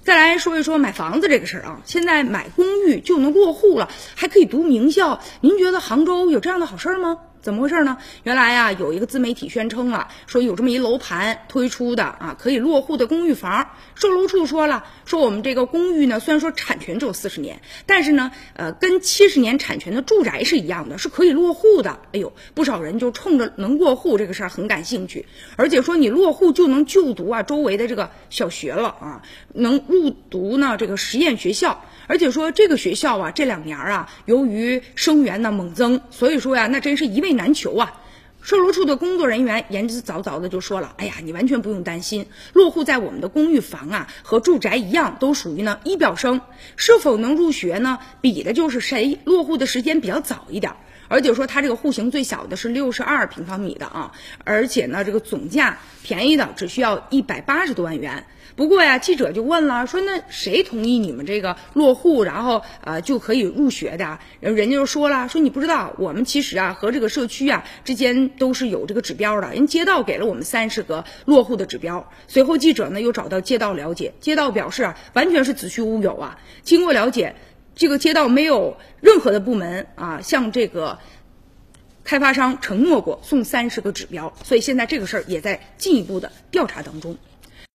再来说一说买房子这个事儿啊，现在买公寓就能落户了，还可以读名校，您觉得杭州有这样的好事儿吗？怎么回事呢？原来呀，有一个自媒体宣称了，说有这么一楼盘推出的啊，可以落户的公寓房。售楼处说了，说我们这个公寓呢，虽然说产权只有40年，但是呢，跟70年产权的住宅是一样的，是可以落户的。哎呦，不少人就冲着能落户这个事儿很感兴趣，而且说你落户就能就读啊周围的这个小学了啊，能入读呢这个实验学校。而且说这个学校啊，这2年啊，由于生源呢猛增，所以说呀，那真是一位难求啊。售楼处的工作人员言之凿凿的就说了，哎呀，你完全不用担心，落户在我们的公寓房啊，和住宅一样，都属于呢一表生，是否能入学呢，比的就是谁落户的时间比较早一点。而且说它这个户型最小的是62平方米的啊，而且呢这个总价便宜的只需要180多万元。不过呀，记者就问了，说那谁同意你们这个落户，然后就可以入学的？人家就说了，说你不知道，我们其实啊和这个社区啊之间都是有这个指标的，人街道给了我们30个落户的指标。随后记者呢又找到街道了解，街道表示啊完全是子虚乌有啊。经过了解，这个街道没有任何的部门啊向这个开发商承诺过送30个指标，所以现在这个事儿也在进一步的调查当中。